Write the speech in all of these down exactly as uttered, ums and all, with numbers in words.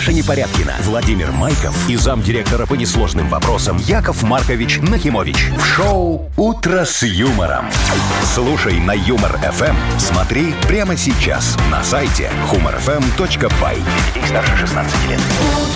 Маша Непорядкина, Владимир Майков и замдиректора по несложным вопросам Яков Маркович Нахимович. В шоу «Утро с юмором». Слушай на Юмор-ФМ. Смотри прямо сейчас на сайте humor f m точка by. Для детей старше шестнадцати лет.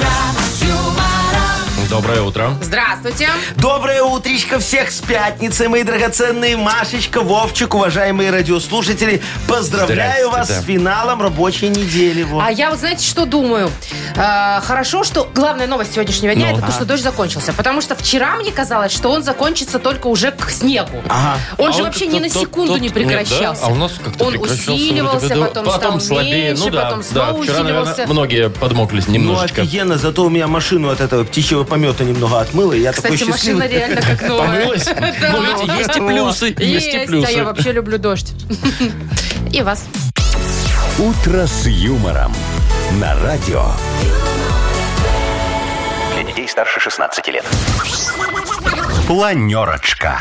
Доброе утро. Здравствуйте. Доброе утречко всех с пятницы, мои драгоценные Машечка, Вовчик, уважаемые радиослушатели. Поздравляю вас да. с финалом рабочей недели. Вот. А я вот знаете, что думаю? Э, хорошо, что главная новость сегодняшнего дня Ну. это то, что дождь закончился. Потому что вчера мне казалось, что он закончится только уже к снегу. Ага. Он А же он вообще как-то ни на тот- секунду тот- не нет, прекращался. да? А у нас как-то Он прекращался усиливался, вроде бы, да. потом, потом стал слабее. меньше, Ну да, потом да. снова Вчера, усиливался. наверное, многие подмокли Ну, немножечко. офигенно, зато у меня машину от этого птичьего помета немного отмыло, и я Кстати, такой счастливый. машина реально как новая. Помылась? Ну, видите, есть и плюсы, есть и Есть, а плюсы. я вообще люблю дождь. И вас. «Утро с юмором» на радио. Для детей старше шестнадцати лет. Планерочка.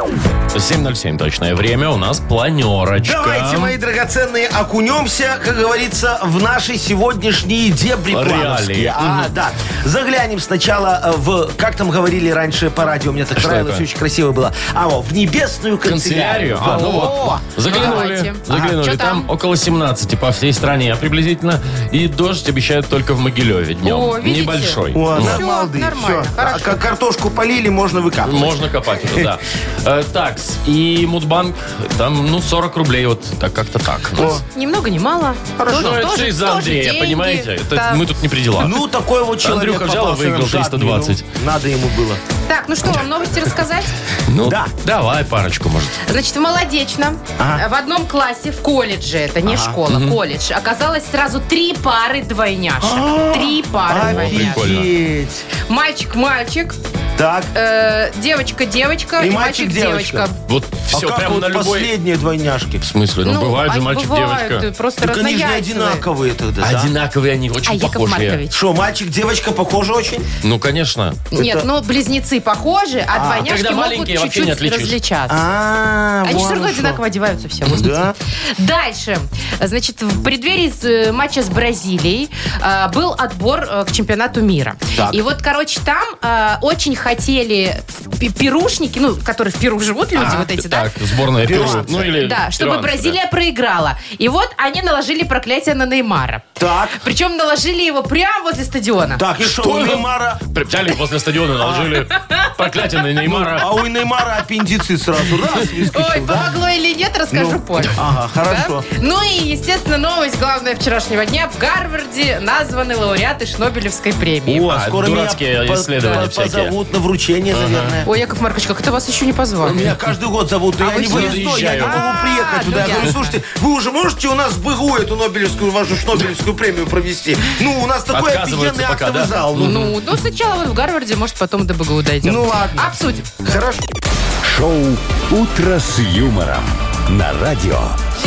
семь ноль семь точное время, у нас планерочка. Давайте, мои драгоценные, окунемся, как говорится, в наши сегодняшние дебри Реалии. плановские. А, да. Заглянем сначала в, как там говорили раньше по радио, мне так Что нравилось, это? очень красиво было. А, во, в небесную канцелярию. Канцелярию? А, ну вот. О, Заглянули. Давайте. Заглянули. Ага. Что Там там? около семнадцати по всей стране приблизительно. И дождь обещают только в Могилеве днем. О, видите? Небольшой. О, Ну, нормалды. нормально, Всё. хорошо. А, как картошку полили, можно выкапывать. Можно копать это, да. Э, Такс. И Мудбанк, там, ну, сорок рублей, вот так как-то так. у нас. Ни много, ни мало. Хорошо. Ну, это же из-за Андрея, деньги. понимаете? Это Да. мы тут не при делах. Ну, такой вот человек Андрюха взял и попался выиграл нам жадный, триста двадцать. ну, надо ему было. Так, ну что, вам новости рассказать? Ну, Да. давай парочку, может. Значит, в Молодечно Ага. в одном классе в колледже, это не школа, колледж, оказалось сразу три пары двойняшек. Три пары двойняшек. прикольно. Офигеть. Мальчик-мальчик, Так. э, девочка-девочка И и мальчик-девочка. мальчик-девочка. Вот А все, как прям вот на любой... последние двойняшки? В смысле? Ну, бывает же они мальчик-девочка. бывают, просто Так они же не разнояйцевые. одинаковые тогда, да? Одинаковые они, очень А Яков похожие. Маркович? Что, мальчик-девочка похожи очень? Ну, конечно. Нет, Это- ну близнецы похожи, а, двойняшки когда могут маленькие, вообще чуть-чуть не отличишь. различаться. А, Они вон все равно что. одинаково одеваются все. Да? Дальше. Значит, в преддверии э, матча с Бразилией э, был отбор э, к чемпионату мира. Так. И вот, короче, там э, очень хотели пи- пирушники, ну, которые в Перу живут люди, вот эти, да? Так, сборная Перу. Перуанцы. Ну, или Да, чтобы перуанцы, Бразилия проиграла. И вот они наложили проклятие на Неймара. Так. Причем наложили его прямо возле стадиона. Так, и что, у Неймара... да. Взяли возле стадиона, наложили проклятие на Неймара. А у Неймара аппендицит сразу раз Ой, выскочил, да? помогло или нет, расскажу Ну, позже. Ага, Да? хорошо. Ну и, естественно, новость главная вчерашнего дня. В Гарварде названы лауреаты Шнобелевской премии. О, А, скоро меня дурацкие по- исследования по- всякие. позовут на вручение, наверное. Ой, Яков Маркович, как это вас еще не позвали? Меня каждый год зовут, но А я вы не всё выездной, я не доезжаю. могу приехать А, туда. ну Я говорю, ясно. слушайте, вы уже можете у нас в БГУ эту Нобелевскую, вашу Шнобелевскую премию провести? Ну, у нас такой Отказываются офигенный пока, актовый да? зал. Ну, Ну, ну, сначала вот в Гарварде, может, потом до БГУ дойдем. Ну, ладно. Обсудим. Хорошо. Шоу «Утро с юмором» на радио.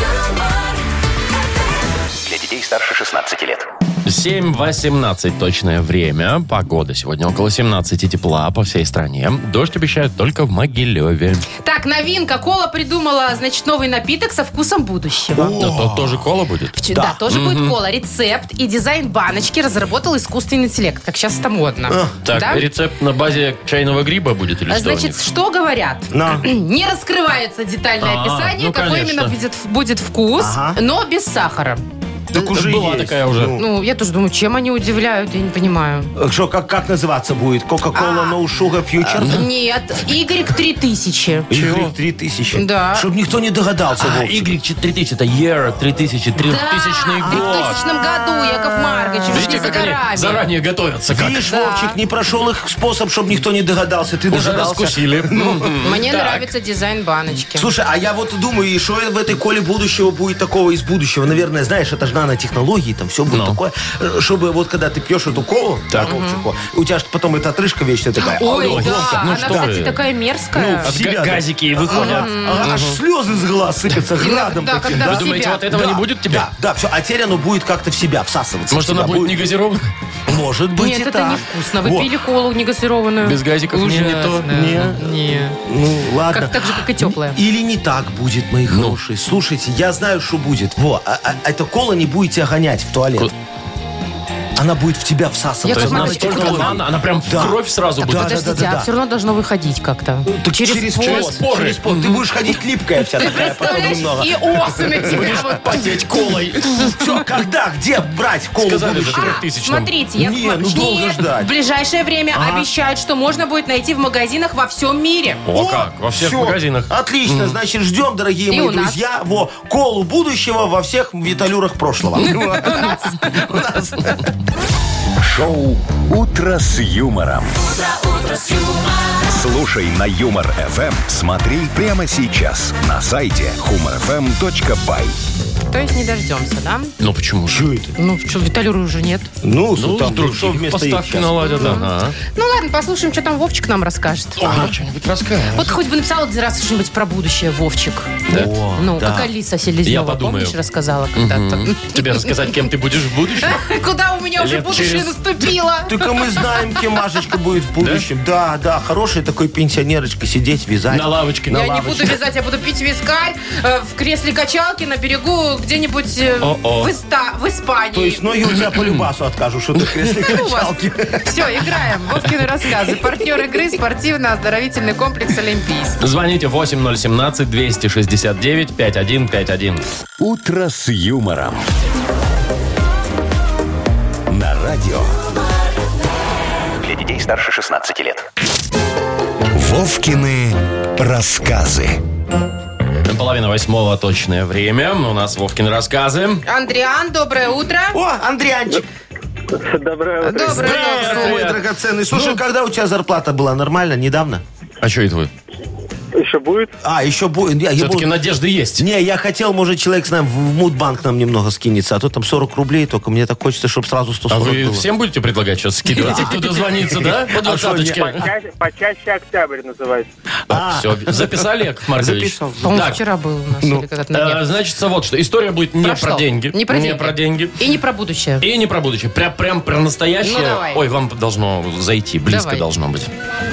Для детей старше шестнадцати лет. семь восемнадцать точное время. Погода сегодня около семнадцати, тепла по всей стране. Дождь обещают только в Могилеве. Так, новинка. Кола придумала, значит, новый напиток со вкусом будущего. Ну, то тоже кола будет? Вч- Да, тоже будет кола. Рецепт и дизайн баночки разработал искусственный интеллект, как сейчас это модно. Так, Да? рецепт на базе чайного гриба будет или что у Значит, них? что говорят? На. Не раскрывается детальное А, описание, ну, какой конечно. именно будет, будет вкус, Ага. но без сахара. Так Это уже была есть. такая уже. Ну, Ну, я тоже думаю, чем они удивляют, я не понимаю. Что, как, как называться будет? Кока-кола No Sugar Future? Нет, Y три тысячи. Игорь три тысячи. Да. Чтобы никто не догадался, А, Вовчик. Y три тысячи, это year три тысячи, трехтысячный Да, в год. двухтысячном году, Яков Маркович, вы же не Видите, за как они горами. заранее готовятся. Как? Видишь, Да. Вовчик, не прошел их способ, чтобы никто не догадался. Ты Уже догадался. раскусили. Мне Так. нравится дизайн баночки. Слушай, а я вот думаю, и что в этой коле будущего будет такого из будущего? Наверное, знаешь, это же нанотехнологии, там все будет Ну. такое. э, Чтобы вот когда ты пьешь эту колу, Так. да, Вовчик, вот, у тебя же потом эта отрыжка вечная такая. Ой, Ой, да, громко. Ну она, что кстати, ты? такая мерзкая. Ну, От себя, га- да. газики выходят. Ага, аж слезы с глаз сыпятся градом. да, таким, когда да? Вы в думаете, себя. вот этого Да, не будет тебе? Да, да, все. А теперь оно будет как-то в себя всасываться. Может, в себя она будет не газирована? Может быть Нет, и это так. невкусно. Вы Вот. пили колу негазированную? Без газиков? Не, не то. Ужасно. Не. Не. Ну, ладно. Как, так же, как и теплая. Или не так будет, мои Ну. хорошие. Слушайте, я знаю, что будет. Во, а, а- эта кола не будет тебя гонять в туалет. Ку- она будет в тебя всасываться. То есть Яков она Маркович, столько это- она, она прям в Да. кровь сразу Да, будет. да, Подождите, да, а да. все равно должно выходить как-то. Так через через пот. через пот. Через пот. Ты будешь ходить липкая вся такая, потом Представляешь, немного. и осы на тебя вот. Потеть колой. Все, когда, где брать колу Сказали же будущего? трехтысячном. Смотрите, Яков Не, Маркович, ну долго нет, ждать. в ближайшее время обещают, что можно будет найти в магазинах во всем мире. О, как? Во всех всё. магазинах. Отлично, значит, ждем, дорогие И мои у нас. друзья, во, колу будущего во всех виталюрах прошлого. У нас. Шоу «Утро с юмором». Слушай на Юмор эф эм, смотри прямо сейчас на сайте humor эф эм точка бай. То есть не дождемся, да? Ну почему же? Ну, что, Виталюры уже нет. Ну, Ну, там, вдруг что вместо их поставки сейчас? наладят, ага. Ну ладно, послушаем, что там Вовчик нам расскажет. Ага, что-нибудь расскажешь. Вот хоть бы написал один раз что-нибудь про будущее, Вовчик. Да? О, Ну, да. как Алиса Я Селезнева, подумаю. помнишь, рассказала когда-то. Мгм. Тебе рассказать, кем ты будешь в будущем? Куда у меня уже Лет будущее через- наступило? Только мы знаем, кем Машечка будет в будущем. Да, да, хорошая такой пенсионерочка, сидеть, вязать. На лавочке. На Я не лавочке. буду вязать, я буду пить вискарь э, в кресле качалки на берегу где-нибудь э, О-о. в, Иста- в Испании. То есть ноги у тебя по любасу откажут, что ты в кресле качалки. Все, играем. Вовкины рассказы. Партнер игры спортивно-оздоровительный комплекс «Олимпийский». Звоните восемь ноль семнадцать двести шестьдесят девять пятьдесят один пятьдесят один. «Утро с юмором». На радио. Для детей старше шестнадцати лет. Вовкины рассказы. Половина восьмого точное время. У нас Вовкины рассказы. Андриан, доброе утро. О, Андрианчик. Доброе утро. Доброе Здравствуй, мой Привет. драгоценный. Слушай, когда у тебя зарплата была? Нормально? Недавно? А что это вы? Еще будет? А, еще будет. Я, я Все-таки буду- надежды есть. Не, я хотел, может, человек с нами в Мудбанк нам немного скинется, а то там сорок рублей, только мне так хочется, чтобы сразу сто А сорок вы было. всем будете предлагать сейчас скидывать? Кто дозвонится, да? По двадцаточке. Почаще, почаще октябрь называется. Все, записали, Яков Маркович? Записал. По-моему, Так, вчера был у нас. или когда-то на э, днях. значит, вот что. История будет не Прошло. про деньги. Не про деньги. Не про деньги. И не про будущее. И не про будущее. Прям, прям про настоящее. Ну, давай. Ой, вам должно зайти. Близко Давай. должно быть.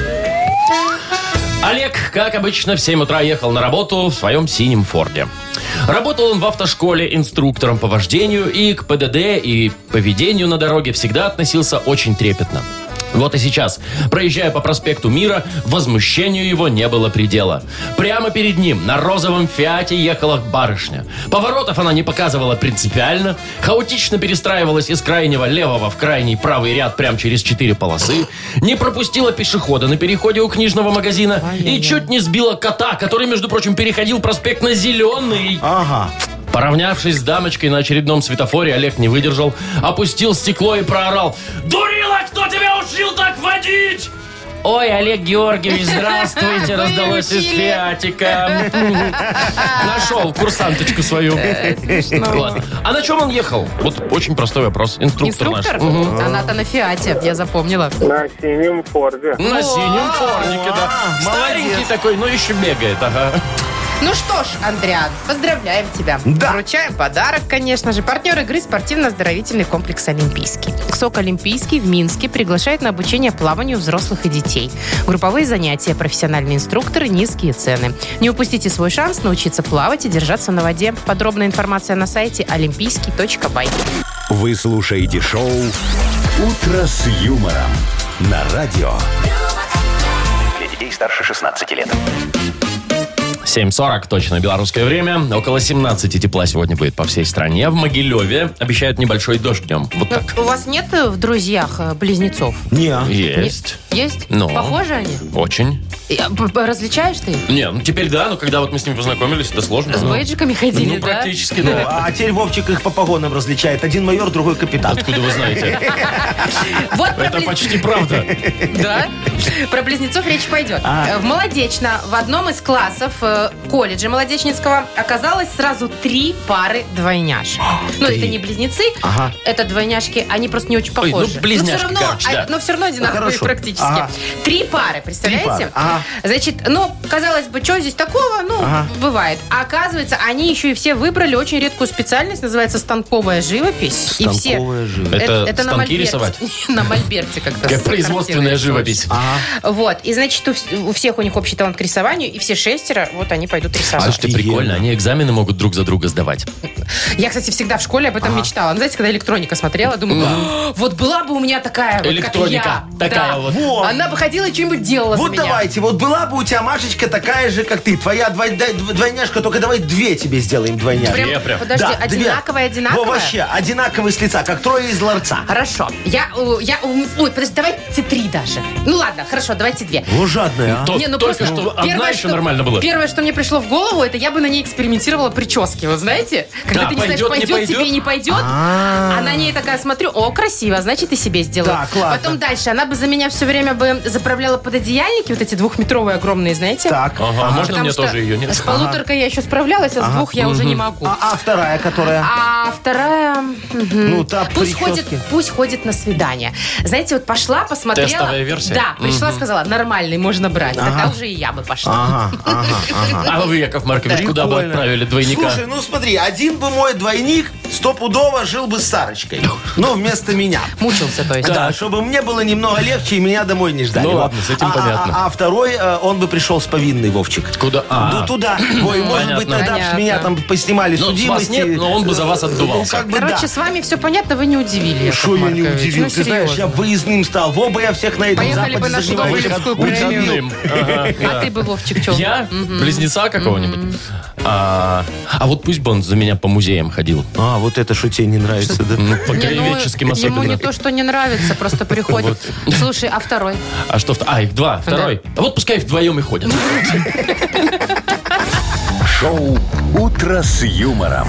Олег, как обычно, в семь утра ехал на работу в своем синем Форде. Работал он в автошколе инструктором по вождению и к ПДД и поведению на дороге всегда относился очень трепетно. Вот и сейчас, проезжая по проспекту Мира, возмущению его не было предела. Прямо перед ним на розовом Фиате ехала барышня. Поворотов она не показывала принципиально, хаотично перестраивалась из крайнего левого в крайний правый ряд прямо через четыре полосы, не пропустила пешехода на переходе у книжного магазина и чуть не сбила кота, который, между прочим, переходил проспект на зеленый. Ага. Поравнявшись с дамочкой на очередном светофоре, Олег не выдержал, опустил стекло и проорал: «Дурила, кто тебя учил так водить?» «Ой, Олег Георгиевич, здравствуйте!» раздалось из Выучили. Фиатика. Нашел курсанточку свою. Ладно. А на чем он ехал? Вот очень простой вопрос. Инструктор, Инструктор? наш. Мгм. Она-то на Фиате, я запомнила. На синем Форде. На синем форнике, да. О, Старенький молодец. такой, но еще бегает. Ага. Ну что ж, Андриан, поздравляем тебя. Да. Вручаем подарок, конечно же. Партнер игры спортивно-оздоровительный комплекс «Олимпийский». КСОК «Олимпийский» в Минске приглашает на обучение плаванию взрослых и детей. Групповые занятия, профессиональные инструкторы, низкие цены. Не упустите свой шанс научиться плавать и держаться на воде. Подробная информация на сайте олимпийский точка бай. Вы слушаете шоу «Утро с юмором» на радио. Для детей старше шестнадцати лет. семь сорок точно белорусское время. Около семнадцати тепла сегодня будет по всей стране. В Могилеве обещают небольшой дождь днем. Вот так. У вас нет э, в друзьях э, близнецов? Не. Есть. Есть? Ну. Похожи они? Очень. И, а, п- п- Различаешь ты их? Не, ну теперь да, но когда вот мы с ними познакомились, это сложно. С Ну, бейджиками ходили, ну, да? практически, да. А теперь Вовчик их по погонам различает. Один майор, другой капитан. Откуда вы знаете? Вот про Это близ- почти правда. Да? Про близнецов речь пойдет. Э, В Молодечно, в одном из классов э, колледжа Молодечнинского оказалось сразу три пары двойняшек. Ну, это не близнецы, Ага. это двойняшки, они просто не очень Ой, ну, похожи. близняшки, но все равно, короче, да. а- но все равно одинаковые Хорошо. практически. Ага. Три пары, представляете? пары, ага. Значит, ну, казалось бы, что здесь такого? Ну, Ага. бывает. А оказывается, они еще и все выбрали очень редкую специальность, называется станковая живопись. И все- Станковая живопись. Это на станки мольберте. рисовать? На мольберте как-то. Как производственная характерно. живопись. Ага. Вот. И, значит, у, вс- у всех у них общий талант к рисованию, и все шестеро вот вот они пойдут рисовать. Слушайте, прикольно. Они экзамены могут друг за друга сдавать. Я, кстати, всегда в школе об этом мечтала. Ну, знаете, когда электроника смотрела, думаю, «А, вот была бы у меня такая вот, Электроника. как я. Такая Да. вот. Вот. Она бы ходила и что-нибудь делала Вот за меня. давайте, вот была бы у тебя, Машечка, такая же, как ты. Твоя двой- дв- двойняшка, только давай две тебе сделаем двойняшки. Прям, Две прям. подожди, Да, две. одинаковая, одинаковая? Во, вообще, одинаковые с лица, как трое из ларца. Хорошо. Я, э, я, ой, подожди, давайте три даже. Ну ладно, хорошо, давайте две. Ну, жадная, а. То- Не, ну только просто что одна первое, еще что- нормально было. Первое, что мне пришло в голову, это я бы на ней экспериментировала прически, вы знаете? Когда Да, ты не знаешь, пойдет, не пойдет тебе, пойдет. не пойдет, а на ней такая смотрю, о, красиво, значит, и себе сделаю. Так, ладно. Потом дальше, она бы за меня все время бы заправляла пододеяльники, вот эти двухметровые огромные, знаете? Так. Ага, можно Потому мне что тоже ее, нет? с полуторкой я еще справлялась, а с двух я уже не могу. А, а вторая, которая? А вторая... мгм. Ну, та пусть, прически. ходит, пусть ходит на свидание. Знаете, вот пошла, посмотрела. Тестовая версия? Да, пришла, сказала, нормальный, можно брать. Тогда уже и я бы пошла. Ага, ага, ага. А вы, Яков Маркович, куда бы Прикольно. отправили двойника? Слушай, ну смотри, один бы мой двойник стопудово жил бы с Сарочкой. Ну, вместо меня. Мучился, то есть. Да, чтобы мне было немного легче и меня домой не ждали. Ну Вот. ладно, с этим А- понятно. А, а второй, э, он бы пришел с повинной, Вовчик. Куда? А. Ну, туда. Ой, может быть, Понятно. тогда б с Понятно. меня там поснимали Ну, с вас судимости. нет, но он бы за вас Ну, отдувался. как бы Короче, да. с вами все понятно, вы не удивили. Яков Что я не Маркович. удивил? Ну, Ты знаешь, я серьезно. выездным стал. Во бы я всех на этом Поехали западе бы на загнивающих Нобелевскую удивил. премию. А ты бы, Вовчик, что? Я? Близнеца какого-нибудь? А, а вот пусть бы он за меня по музеям ходил. А, вот это что тебе не нравится, да? Ну, по Не, ну, краеведческим ему особенно. не то, что не нравится, просто приходит. Слушай, а второй? А что? вт- А, их два. Второй. А вот пускай вдвоем и ходят. Шоу «Утро с юмором».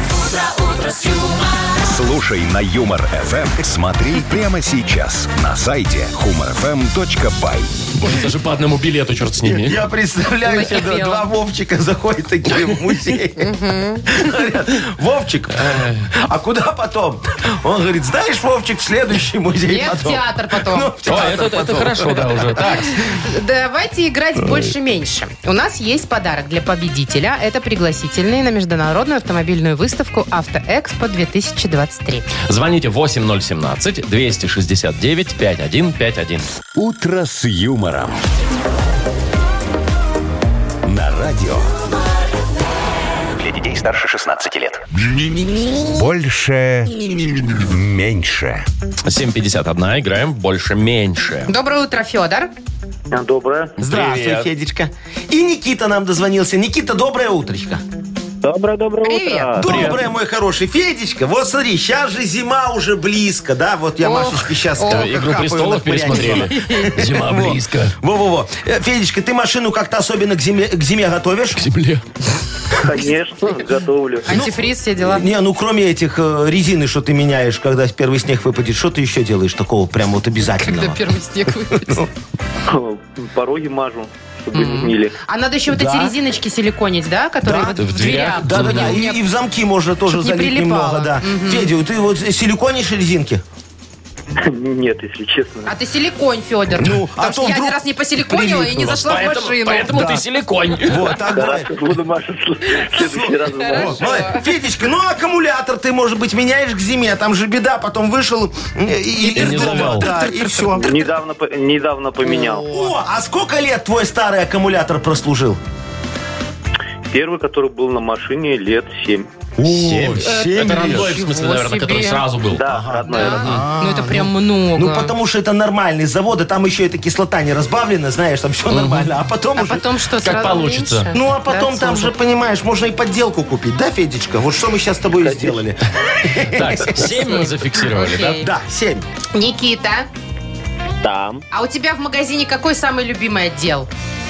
Слушай на Юмор эф эм. Смотри прямо сейчас на сайте humor f m точка by. Может, даже по одному билету, черт с ними. Я представляю себе, да, Накипело. два Вовчика заходят такие в музей. Говорят, Вовчик, а куда потом? Он говорит, знаешь, Вовчик, в следующий музей Нет, в потом. театр потом. Ну, в О, театр это, это потом. хорошо, да, уже. Так, Давайте играть больше-меньше. У нас есть подарок для победителя. Это пригласительные на международную автомобильную выставку «Автоэкспо две тысячи двадцать три». звоните восемь ноль семнадцать двести шестьдесят девять пятьдесят один пятьдесят один. «Утро с юмором». На радио. Для детей старше шестнадцати лет. Больше. Меньше. семь пятьдесят один, играем в больше-меньше. Доброе утро, Федор. Доброе. Здравствуй, Привет. Федечка. И Никита нам дозвонился. Никита, доброе утречко. Доброе-доброе Привет. утро. Доброе, мой хороший Федечка. Вот смотри, сейчас же зима уже близко, да? Вот я Ох, Машечке сейчас ох. «Игру престолов» пересмотрели. Зима близко. Во-во-во. Э, Федечка, ты машину как-то особенно к зиме, к зиме готовишь? К земле. Конечно, готовлю. Антифриз, все дела. Не, ну кроме этих э, резины, что ты меняешь, когда первый снег выпадет, что ты еще делаешь такого прям вот обязательного? Когда первый снег выпадет. Пороги мажу, чтобы не гнили. А надо еще вот Да. эти резиночки силиконить, да? Которые Да, вот в в дверях. дверях. Да, да, да. У И, меня- и в замки можно тоже Чтоб не залить прилипало. немного, да. Мгм. Федя, ты вот силиконишь резинки? Нет, если честно. А ты силиконь, Федор. Ну, Потому а что то я один вдруг раз не посиликонила и не прилипнуло. зашла в Поэтому, машину. поэтому Да. ты силиконь. Вот, так Да, бывает. буду Маша в следующий раз. Хорошо. Вот, молодец. Федечка, ну аккумулятор ты, может быть, меняешь к зиме. Там же беда, потом вышел и, и, И не завел. Да, и все. Недавно, по- недавно поменял. О, а сколько лет твой старый аккумулятор прослужил? Первый, который был на машине, лет семь. Семь. семь Это лет. родной, в смысле, Ничего наверное, который себе. сразу был. Да, родной, родной. Да. Ну это прям много. Ну, потому что это нормальный завод, и там еще эта кислота не разбавлена, знаешь, там все нормально. А потом А уже... потом что, Как сразу получится. меньше? Ну, а потом Да, там же, слушай. понимаешь, можно и подделку купить, да, Федечка? Вот что мы сейчас с тобой и сделали. Так, семь мы зафиксировали, да? Окей. Да, семь. Никита, Да. а у тебя в магазине какой самый любимый отдел?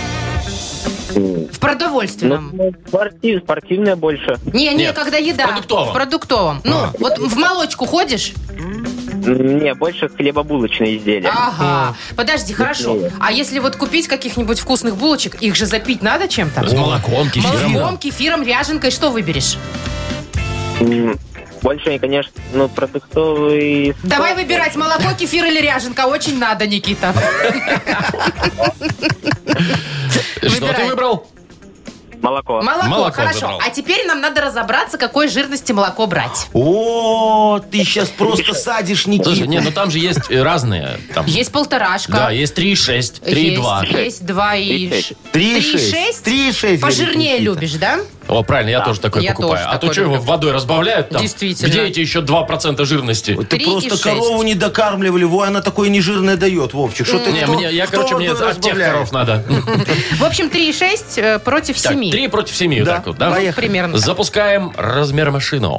В продовольственном. Ну, спортив, спортивная больше. Не, не, Нет, когда еда. в продуктовом. В продуктовом. Ну, вот в молочку ходишь? Не, больше хлебобулочные изделия. Ага. Подожди, хорошо. А если вот купить каких-нибудь вкусных булочек, их же запить надо чем-то? С молоком, кефиром. Молоком, кефиром, ряженкой, что выберешь? М, Больше, конечно, ну, продуктовый... Давай выбирать, молоко, кефир или ряженка. Очень надо, Никита. Что ты Выбирай. выбрал? Молоко. Молоко, Молоко хорошо. выбрал. А теперь нам надо разобраться, какой жирности молоко брать. О, ты сейчас просто садишь, Никита. Слушай, не, ну там же есть э, разные. Там, Есть полторашка. да, есть три и шесть, три и два. Есть, есть два и Три и ш- Три и три и шесть. шесть? Три и шесть, Пожирнее говорит Никита. любишь, да? О, правильно, я тоже такой Я покупаю. тоже А то такой что его люблю. водой разбавляют там? Действительно. Где эти еще два процента жирности? Ты Три и просто шесть. корову не докармливали, во, она такое нежирное дает, Вовчик. Что ты, Не, кто- мне, я, кто короче, мне водой от тех разбавляет? коров надо. В общем, три и шесть э, против Так, семи. три против семи, Да, так вот, да? поехали. Примерно так. Запускаем размер машину.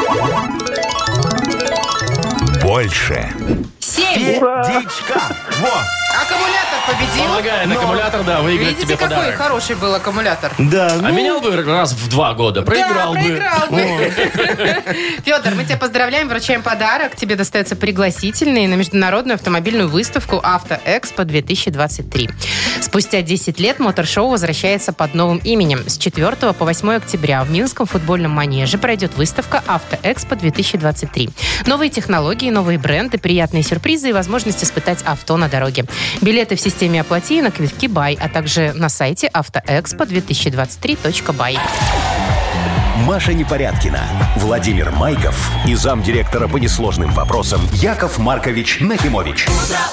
Больше. Семь. Федичка. Во. Аккумулятор победил. Помогает аккумулятор, да, выиграть Видите, тебе какой подарок. хороший был аккумулятор. Да, А ну, менял бы раз в два года, проиграл да, бы. проиграл бы. Федор, мы тебя поздравляем, вручаем подарок. Тебе достается пригласительный на международную автомобильную выставку «Автоэкспо-две тысячи двадцать три». Спустя десять лет мотор-шоу возвращается под новым именем. С четвёртого по восьмое октября в Минском футбольном манеже пройдет выставка «Автоэкспо-две тысячи двадцать три». Новые технологии, новые бренды, приятные сюрпризы и возможность испытать авто на дороге. Билеты в системе «Оплати» на квитки «Бай», а также на сайте автоэкспо две тысячи двадцать три точка бай. Маша Непорядкина, Владимир Майков и замдиректора по несложным вопросам Яков Маркович Нахимович.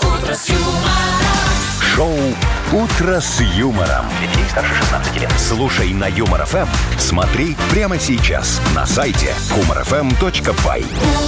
Шоу «Утро с юмором». Для детей старше шестнадцати лет. Слушай на Юмор ФМ. Смотри прямо сейчас на сайте юмор эф эм точка бай.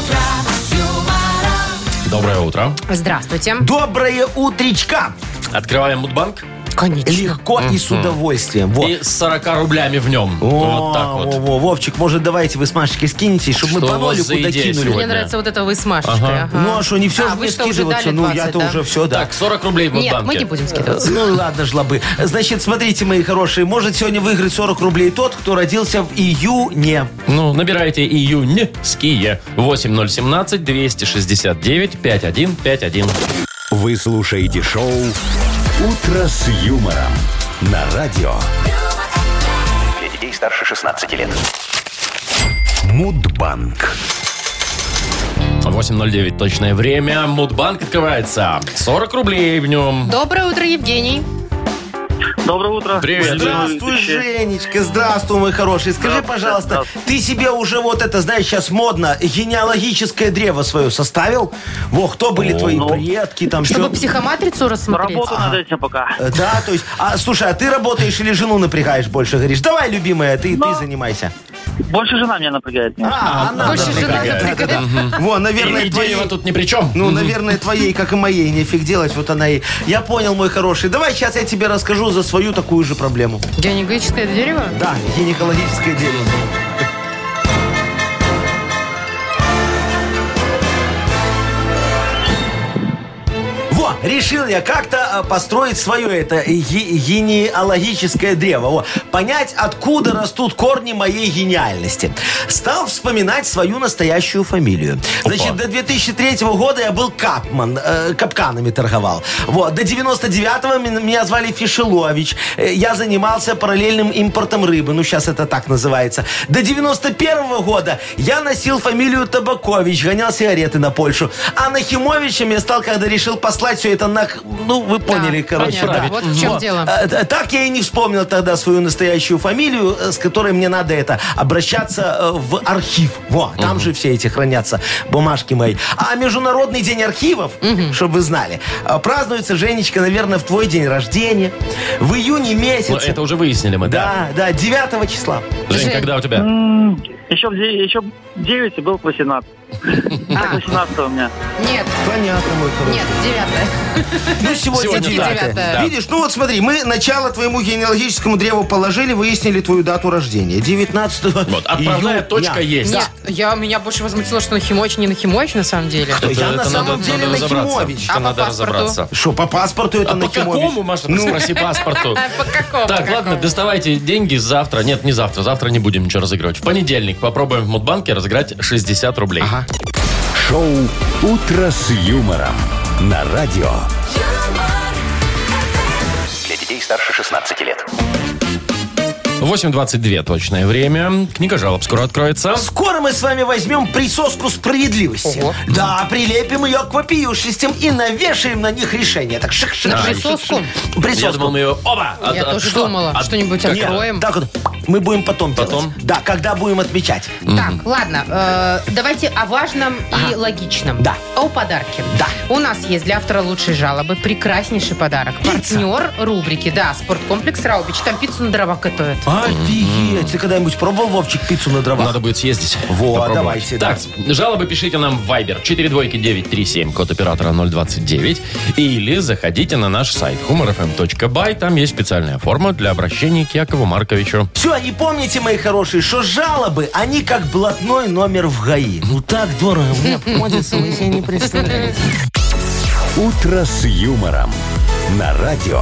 Доброе утро. Здравствуйте. доброе утречка. Открываем Мудбанк. Конечно. Легко и с удовольствием. Во. И с сорока рублями в нем. О, Вот так вот. во, во, Вовчик, может, давайте вы с Машечкой скинетесь, чтобы мы Что по у вас нолику за идея докинули. сегодня? Мне нравится вот это вы с Машечкой. Ага. ага. Ну, а что, не все А, же вы мне что, уже скидываться? дали Ну, двадцать, я-то да? уже все, да. Так, сорок рублей в Нет, Мудбанке. мы не будем скидываться. Ну, ладно, жлобы. Значит, смотрите, мои хорошие, может сегодня выиграть сорок рублей тот, кто родился в июне. Ну, набирайте июньские восемь ноль семнадцать двести шестьдесят девять пятьдесят один пятьдесят один. Вы слушаете шоу «Утро с юмором» на радио. Для детей старше шестнадцати лет. Мудбанк. восемь ноль девять точное время. Мудбанк открывается. сорок рублей в нем. Доброе утро, Евгений. Доброе утро. Привет. Здравствуй, Женечка, здравствуй, мой хороший. Скажи, Здравствуй, пожалуйста, здравствуй. ты себе уже вот это, знаешь, сейчас модно, генеалогическое древо свое составил? Во, кто были твои Ну. предки, там Чтобы все. психоматрицу рассмотреть. Работаю над этим пока. Да, то есть, а слушай, а ты работаешь или жену напрягаешь больше, говоришь? Давай, любимая, ты, Ну. ты занимайся. Больше жена меня напрягает. конечно. А, она Больше жена напрягает. напрягает. Во, наверное, И твоей. дерево тут ни при чем. Ну, наверное, твоей, как и моей, нефиг делать. Вот она и... Я понял, мой хороший. Давай сейчас я тебе расскажу за свою такую же проблему. Генеалогическое дерево? Да, гинекологическое дерево. Во, решил я как-то э, построить свое это ге- генеалогическое древо. Во, понять, откуда растут корни моей гениальности. Стал вспоминать свою настоящую фамилию. Значит, до две тысячи третьего года я был капман, э, капканами торговал. Вот, до девяносто девятого мен- меня звали Фишелович. Э, Я занимался параллельным импортом рыбы. Ну, сейчас это так называется. До девяносто первого года я носил фамилию Табакович, гонял сигареты на Польшу. А Нахимовичем я стал, когда решил послать все это на... Ну, вы поняли, Да, короче. понятно. да. Вот в чем Вот. дело. Э, э, Так я и не вспомнил тогда свою настоящую фамилию, э, с которой мне надо это обращаться э, в архив. Во, там же все эти хранятся бумажки мои. А Международный день архивов, чтобы вы знали, э, празднуется, Женечка, наверное, в твой день рождения. В июне Ну, месяце. это уже выяснили мы, да? Да, да, девятого числа. Жень, Жень. когда у тебя? М, Еще в де- еще девять и был к восемнадцать. Так А, восемнадцатого у меня. нет, Понятно, мой хороший. нет, девятое. Ну, сегодня, Сегодня девятое. девятое. Да. Видишь, ну вот смотри, мы начало твоему генеалогическому древу положили, выяснили твою дату рождения. девятнадцатого Вот, отправная июня. точка есть. Нет, я, меня больше возмутило, что Нахимович не Нахимович на самом деле. Кто? Я на самом деле надо разобраться. Нахимович. А Это по надо паспорту? разобраться. Что, по паспорту это А по Нахимович? какому, Маша, ты спроси паспорту? По какому? Так, ладно, доставайте деньги завтра. Нет, не завтра. Завтра не будем ничего разыгрывать. В понедельник попробуем в Мудбанке разыграть шестьдесят рублей. Ага. Шоу «Утро с юмором» на радио. Для детей старше шестнадцати лет. восемь двадцать два точное время. Книга жалоб скоро откроется. Скоро мы с вами возьмем присоску справедливости. Ого. Да, прилепим ее к вопиющестям и навешаем на них решение. Так шик-шик. На А, присоску? Я Присоску. думал, мы ее оба. от- Я от- тоже что? думала, От- что-нибудь как- откроем. Так вот, мы будем потом Потом? делать. Да, когда будем отмечать. Так, ладно, э, давайте о важном и логичном. Да. О подарке. Да. У нас есть для автора лучшей жалобы прекраснейший подарок. Партнер рубрики, да, спорткомплекс Раубич. Там пиццу на дровах готовят. Офигеть. Ты когда-нибудь пробовал, Вовчик, пиццу на дровах? Надо будет съездить. Во, попробовать. давайте, Так, жалобы пишите нам в Viber четыре двойки девять три семь, код оператора ноль двадцать девять. Или заходите на наш сайт humor эф эм точка бай. Там есть специальная форма для обращения к Якову Марковичу. Все, не помните, мои хорошие, что жалобы, они как блатной номер в ГАИ. Ну так дорого мне обходится, вы себе не представляете. «Утро с юмором» на радио.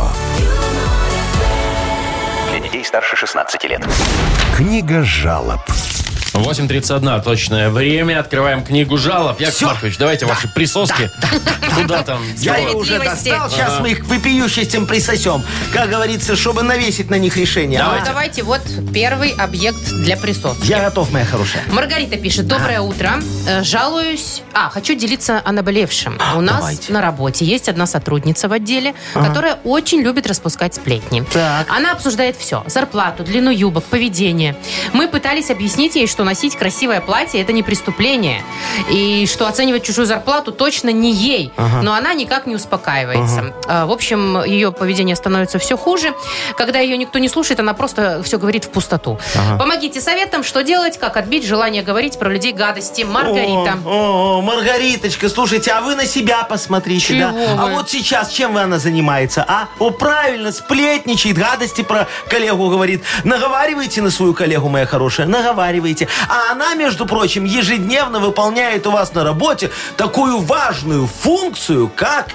Для детей старше шестнадцати лет. Книга жалоб. восемь тридцать один точное время. Открываем книгу жалоб. Яков Всё. Маркович, давайте ваши присоски. Куда там? Я ее уже Справедливости. достал, сейчас мы их к вопиющестям присосем. Как говорится, чтобы навесить на них решение. Ну, Давайте. давайте, вот первый объект для присоски. Я готов, моя хорошая. Маргарита пишет: доброе утро. Э, Жалуюсь. А, хочу делиться о наболевшем. У нас давайте. на работе есть одна сотрудница в отделе, которая очень любит распускать сплетни. Так. Она обсуждает все. Зарплату, длину юбок, поведение. Мы пытались объяснить ей, что носить красивое платье – это не преступление. И что оценивать чужую зарплату точно не ей. Но она никак не успокаивается. А, В общем, ее поведение становится все хуже. Когда ее никто не слушает, она просто все говорит в пустоту. Помогите советом, что делать, как отбить желание говорить про людей гадости. Маргарита. О, о, Маргариточка, слушайте, а вы на себя посмотрите, Чего да? А вы? вот сейчас чем вы она занимается, а? О, правильно, сплетничает, гадости про коллегу говорит. Наговаривайте на свою коллегу, моя хорошая, наговаривайте. А она, между прочим, ежедневно выполняет у вас на работе такую важную функцию, как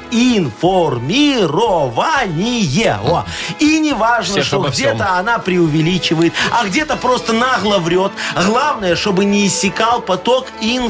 информирование. О. И не важно, Всех что обо всем. где-то она преувеличивает, а где-то просто нагло врет. Главное, чтобы не иссякал поток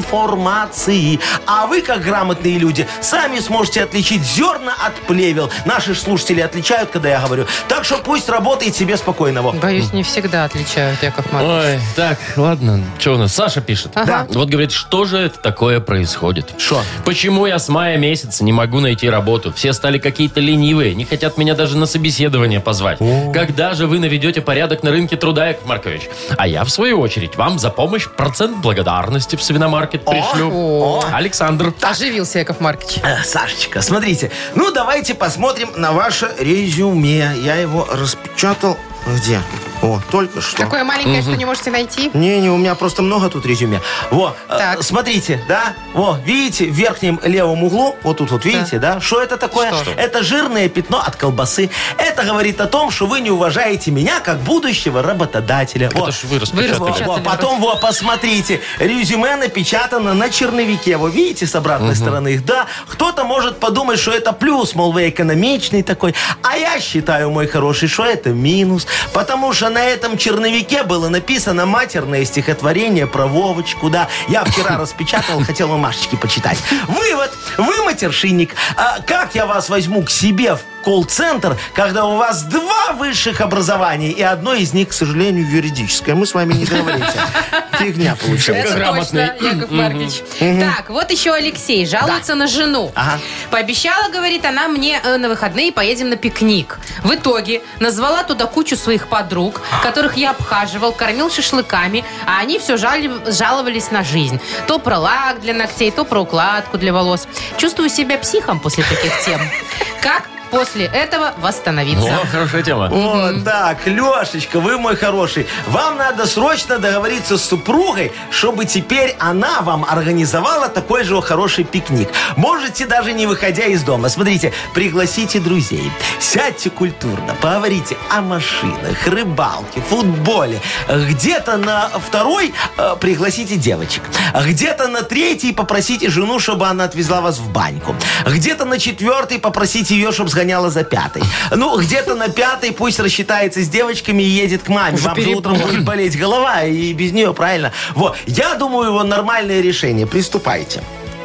информации. А вы, как грамотные люди, сами сможете отличить зерна от плевел. Наши ж слушатели отличают, когда я говорю. Так что пусть работает себе спокойно. Во. Боюсь, не всегда отличают, Яков Маркович. Ой, так, ладно. Что у нас? Саша пишет. Ага. Вот говорит, что же это такое происходит? Шо? Почему я с мая месяца не могу найти работу? Все стали какие-то ленивые, не хотят меня даже на собеседование позвать. Когда же вы наведете порядок на рынке труда, Яков Маркович? А я, в свою очередь, вам за помощь процент благодарности в свиномаркет пришлю. О. Александр. Оживился Яков Маркович. Э, Сашечка, смотрите. Ну, давайте посмотрим на ваше резюме. Я его распечатал. Где? О, только что. Такое маленькое, что не можете найти? Не-не, у меня просто много тут резюме. Во, э, Так. смотрите, да? Во, видите, в верхнем левом углу, вот тут вот, видите, да? Что это такое? Что? Это жирное пятно от колбасы. Это говорит о том, что вы не уважаете меня как будущего работодателя. Во. Это ж вы распечатали. Во, во, распечатали. потом, во, посмотрите, резюме напечатано на черновике. Во, видите, с обратной стороны их, да? Кто-то может подумать, что это плюс, мол, вы экономичный такой. А я считаю, мой хороший, что это минус. Потому что на этом черновике было написано матерное стихотворение про Вовочку, да. Я вчера распечатал, хотел вам Машечке почитать. Вывод. Вы матершинник. А как я вас возьму к себе в колл-центр, когда у вас два высших образования, и одно из них, к сожалению, юридическое? Мы с вами не договоримся. Фигня получается. Это грамотный. точно, Яков Маркович. Так, вот еще Алексей жалуется на жену. Ага. Пообещала, говорит, она мне э, на выходные поедем на пикник. В итоге назвала туда кучу своих подруг, которых я обхаживал, кормил шашлыками, а они все жали- жаловались на жизнь. То про лак для ногтей, то про укладку для волос. Чувствую себя психом после таких тем. Как после этого восстановиться? О, хорошая тема. Вот так, Лешечка, вы мой хороший. Вам надо срочно договориться с супругой, чтобы теперь она вам организовала такой же хороший пикник. Можете даже не выходя из дома. Смотрите, пригласите друзей, сядьте культурно, поговорите о машинах, рыбалке, футболе. Где-то на второй э, пригласите девочек. Где-то на третий попросите жену, чтобы она отвезла вас в баньку. Где-то на четвертый попросите ее, чтобы сгоняла за пятой. Ну, где-то на пятой пусть рассчитается с девочками и едет к маме. Уже Вам же перебор. утром будет болеть голова, и без нее, правильно? Вот. Я думаю, его нормальное решение. Приступайте.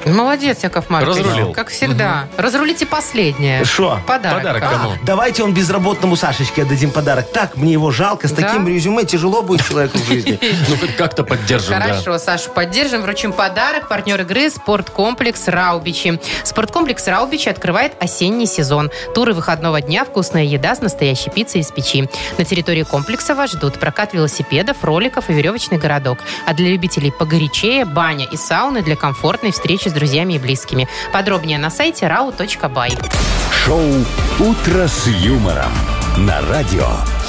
Молодец, Яков Маркович. Разрулил. Как всегда. Разрулите последнее. Шо? Подарок. Подарок какой? кому? Давайте он безработному Сашечке отдадим подарок. Так, мне его жалко. С Да? таким резюме тяжело будет человеку в жизни. Ну, хоть как-то поддержим, да. Хорошо, Сашу поддержим, вручим подарок. Партнер игры «Спорткомплекс Раубичи». Спорткомплекс Раубичи открывает осенний сезон. Туры выходного дня, вкусная еда с настоящей пиццей из печи. На территории комплекса вас ждут прокат велосипедов, роликов и веревочный городок. А для любителей погорячее – баня и сауны для комфортной встречи с друзьями и близкими. Подробнее на сайте рау точка бай. Шоу «Утро с юмором» на радио.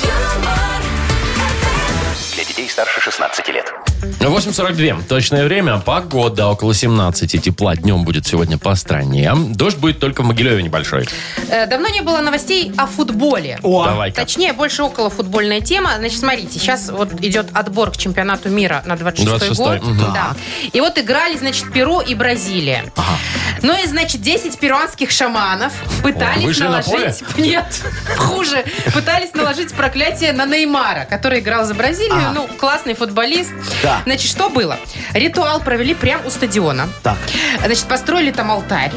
Для детей старше шестнадцати лет. восемь сорок два. Точное время. Погода около семнадцати. Тепла днем будет сегодня по стране. Дождь будет только в Могилеве небольшой. Э, Давно не было новостей о футболе. О, Давай-ка. Точнее, больше около футбольная тема. Значит, смотрите, сейчас вот идет отбор к чемпионату мира на двадцать шестой двадцать шестой, год. мгм. Да. И вот играли, значит, Перу и Бразилия. Ну и, значит, десять перуанских шаманов пытались О, вышли на наложить... Нет, хуже. Пытались наложить проклятие на Неймара, который играл за Бразилию. Ага. Ну, классный футболист. Да. Значит, что было? Ритуал провели прямо у стадиона. Так. Значит, построили там алтарь.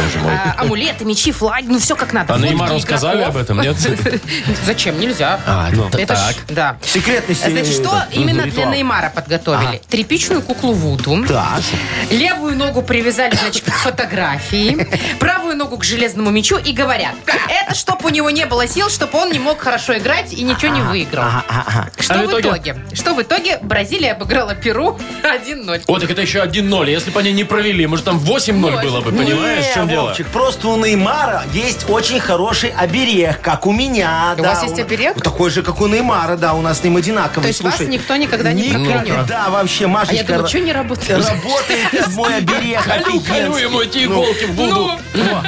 А, амулеты, мечи, флаги, ну все как надо. А Фотки Неймару сказали игроков. об этом, нет? Зачем? Нельзя. А, ну, Это ж- так. да. Секретности. Значит, что это, именно ритуал. для Неймара подготовили? Ага. Тряпичную куклу Вуду. Так. Левую ногу привязали, значит, к фотографии. Правую ногу к железному мячу и говорят, это чтоб у него не было сил, чтобы он не мог хорошо играть и ничего не выиграл. Ага, ага, ага. Что А в в итоге? итоге? Что в итоге? Бразилия обыграла Перу один ноль. О, так это еще один ноль. Если бы они не провели, может, там восемь ноль Ноль. было бы, понимаешь, в чем Не, дело? Вовчик, просто у Неймара есть очень хороший оберег, как у меня. У да, вас есть оберег? Такой же, как у Неймара, да, у нас с ним одинаковый. То есть вас Слушай, никто никогда не проклянет? никогда вообще, А Машечка. я думаю, ра- что не работает? Работает мой оберег. Колю, колю офигенский. ему эти иголки в буду. Ну,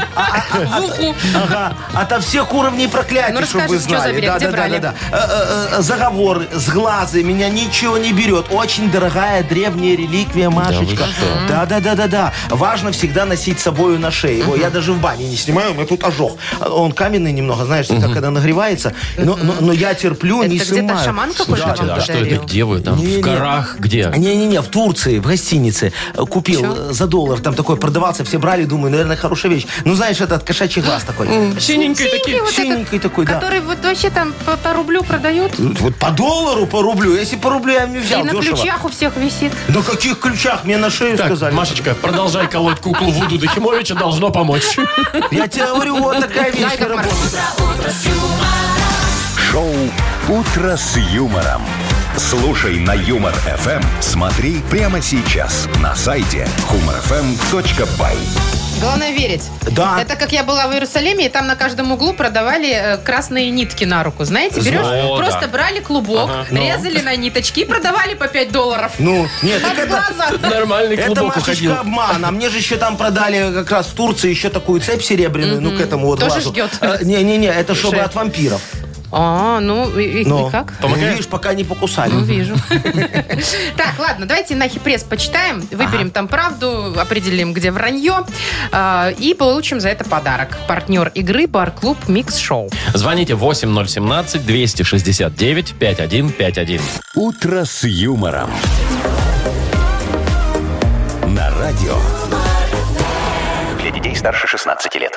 в уху. Ага, ото всех уровней проклятий, Ну, чтобы вы расскажите, что за знали. оберег, Да, где да, да, брали? да, да. Э, э, э, Заговоры, сглазы, меня ничего не берет. Очень дорогая древняя реликвия, Машечка. что? Да, да, да, да, да. Важно всегда носить с собою на шее. Его я даже в бане не снимаю, у меня тут ожог. Он каменный немного, знаешь, как когда нагревается. Но, но, но я терплю, Это не где-то снимаю. шаман какой-то Да, вам да, А да. что это, подарил? где вы? Там Не-не-не. в горах? Где? Не-не-не, в Турции, в гостинице. э, Купил Чё? э, за доллар, там такой продавался, все брали, думаю, наверное, хорошая вещь. Ну, знаешь, этот кошачий глаз такой. Синенькие такие. вот этот, Синенький такой, да. Который вот вообще там по, по рублю продают. Вот по доллару, по рублю. Если по рублю я не взял, И на дешево. ключах у всех висит. На каких ключах? Мне на шею Так, сказали. Машечка, продолжай колоть куклу Вуду Дохимовича, должно помочь. Я тебе говорю, вот такая вещь Яков работает. Шоу «Утро с юмором». Слушай на Юмор эф эм. Смотри прямо сейчас на сайте humor f m точка by. Главное верить. Да. Это как я была в Иерусалиме, и там на каждом углу продавали э, красные нитки на руку. Знаете, берешь, О, просто да. брали клубок, резали на ниточки и продавали по пять долларов. Ну, нет, От так это... глаза. Нормальный Это, клубок Машечка, уходил. обман. А мне же еще там продали как раз в Турции еще такую цепь серебряную, ну, к этому вот Тоже глазу. жгет. Э, Не-не-не, это чтобы Шея. от вампиров. А, ну и, и- Ну, и как? Помогает? Видишь, пока не покусали. Ну, вижу. Так, ладно, давайте на хипресс почитаем, выберем там правду, определим, где вранье, э, и получим за это подарок. Партнер игры «Бар-клуб Микс Шоу». Звоните восемь ноль семнадцать двести шестьдесят девять пятьдесят один пятьдесят один. «Утро с юмором». На радио. Для детей старше шестнадцати лет.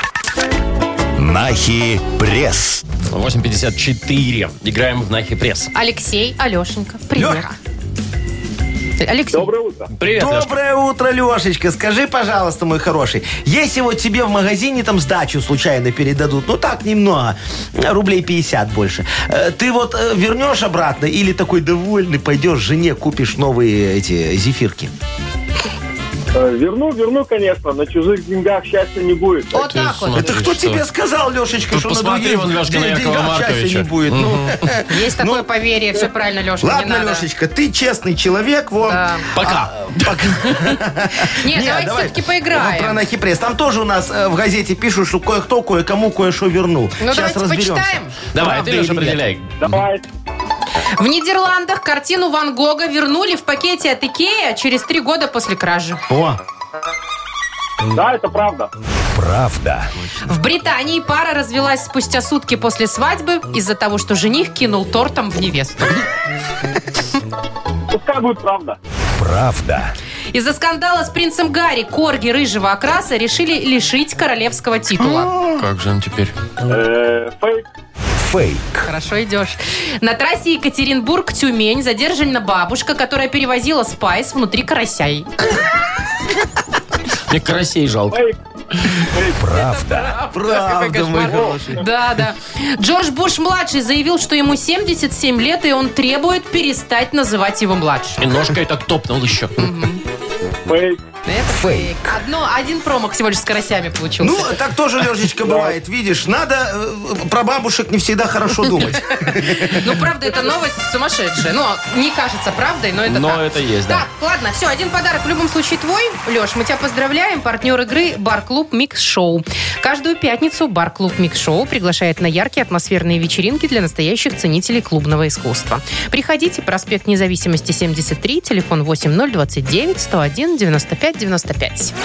Нахи пресс. восемь пятьдесят четыре. Играем в Нахи пресс. Алексей, Алешенька, привет. Лёха. Алексей. Доброе утро. Привет, Лешка. Доброе утро, Лешечка. Скажи, пожалуйста, мой хороший, если вот тебе в магазине там сдачу случайно передадут, ну так, немного, рублей пятьдесят больше, э, ты вот э, вернешь обратно или такой довольный пойдешь жене купишь новые эти зефирки? Э, Верну, верну, конечно. На чужих деньгах счастья не будет. Вот Ты так вот. смотри, Это кто что? тебе сказал, Лешечка, Тут что на посмотри, других вон, Лешка, на ден- Якова деньгах счастья Марковича. не будет? Ну, Есть такое поверье, все правильно, Леша, не ладно, надо. Лешечка, ты честный человек, вот. Да. Пока. Нет, Не, давайте давай. все-таки Вот про поиграем. Нахи-пресс. Там тоже у нас э, в газете пишут, что кое-кто кое-кому кое-что вернул. Ну, Сейчас давайте разберемся. почитаем. Давай, Правда ты, Леша, или нет? определяй. Давай. В Нидерландах картину Ван Гога вернули в пакете от Икея через три года после кражи. О, Да, это правда. Правда. В Британии пара развелась спустя сутки после свадьбы из-за того, что жених кинул тортом в невесту. Пускай будет правда. Правда. Из-за скандала с принцем Гарри корги рыжего окраса решили лишить королевского титула. Как же он теперь? Э, Фейк. Фейк. Хорошо идешь. На трассе Екатеринбург-Тюмень задержана бабушка, которая перевозила спайс внутри карасей. Мне карасей жалко. Фейк. Правда. Правда, мой хороший. Да, да. Джордж Буш-младший заявил, что ему семьдесят семь лет, и он требует перестать называть его младшим. И ножкой так топнул еще. Фейк. Это Фейк. Одно, один промах всего лишь с карасями получился. Ну, так тоже, Лешечка, бывает. Видишь, надо э, про бабушек не всегда хорошо думать. Ну, правда, это новость сумасшедшая. Ну, не кажется правдой, но это Но так. это есть, да. Так, ладно, все, один подарок в любом случае твой. Леш, мы тебя поздравляем. Партнер игры «Бар-клуб Микс Шоу». Каждую пятницу «Бар-клуб Микс Шоу» приглашает на яркие атмосферные вечеринки для настоящих ценителей клубного искусства. Приходите, проспект Независимости, семьдесят три, телефон восемь ноль двадцать девять сто один девяносто пять девяносто пять.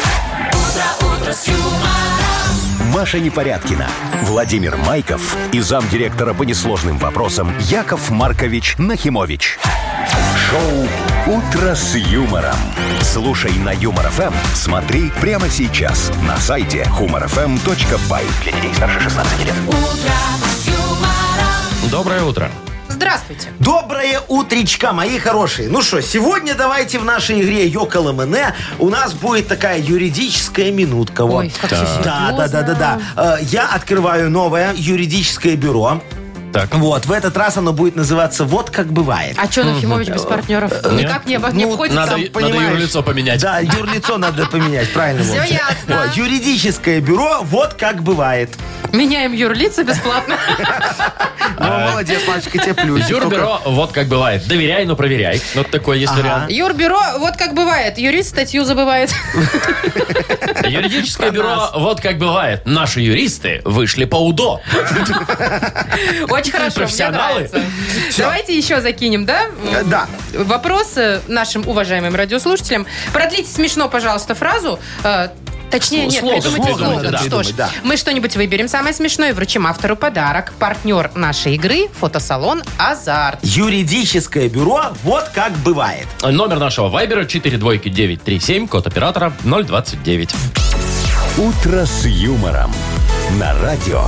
Маша Непорядкина, Владимир Майков и замдиректора по несложным вопросам Яков Маркович Нахимович. Шоу «Утро с юмором». Слушай на Юмор ФМ, смотри прямо сейчас на сайте humor эф эм точка бай. Для детей старше шестнадцати лет. Доброе утро. Здравствуйте. Доброе утречка, мои хорошие. Ну что, сегодня давайте в нашей игре Йокол эм эн э у нас будет такая юридическая минутка. Вот. Ой, как все Да, да, да, да, серьезно. да. Э, Я открываю новое юридическое бюро. Так. Вот, в этот раз оно будет называться «Вот как бывает». А что, Нахимович без партнеров? Никак не, обо- не Ну, обходится? Надо, надо понимаешь. юрлицо поменять. Да, юрлицо надо поменять, правильно. Всё Вовчик. ясно. Вот, юридическое бюро «Вот как бывает». Меняем юрлица бесплатно. Ну, молодец, Машечка, тебе плюсик. Юрбюро, вот как бывает. Доверяй, но проверяй. Вот такой есть Ага. вариант. Юрбюро, вот как бывает. Юрист статью забывает. Юридическое бюро, вот как бывает. Наши юристы вышли по УДО. Очень хорошо, мне Профессионалы. нравится. Давайте еще закинем, да? Э, Да. Вопросы нашим уважаемым радиослушателям. Продлите смешно, пожалуйста, фразу. Э, Точнее, нет, Слоган придумайте придумайте, слоган. да. Что ж, Придумать, да. мы что-нибудь выберем самое смешное и вручим автору подарок. Партнер нашей игры – фотосалон «Азарт». Юридическое бюро «Вот как бывает». Номер нашего вайбера четыре двойки девять три семь, код оператора ноль двадцать девять. «Утро с юмором» на радио.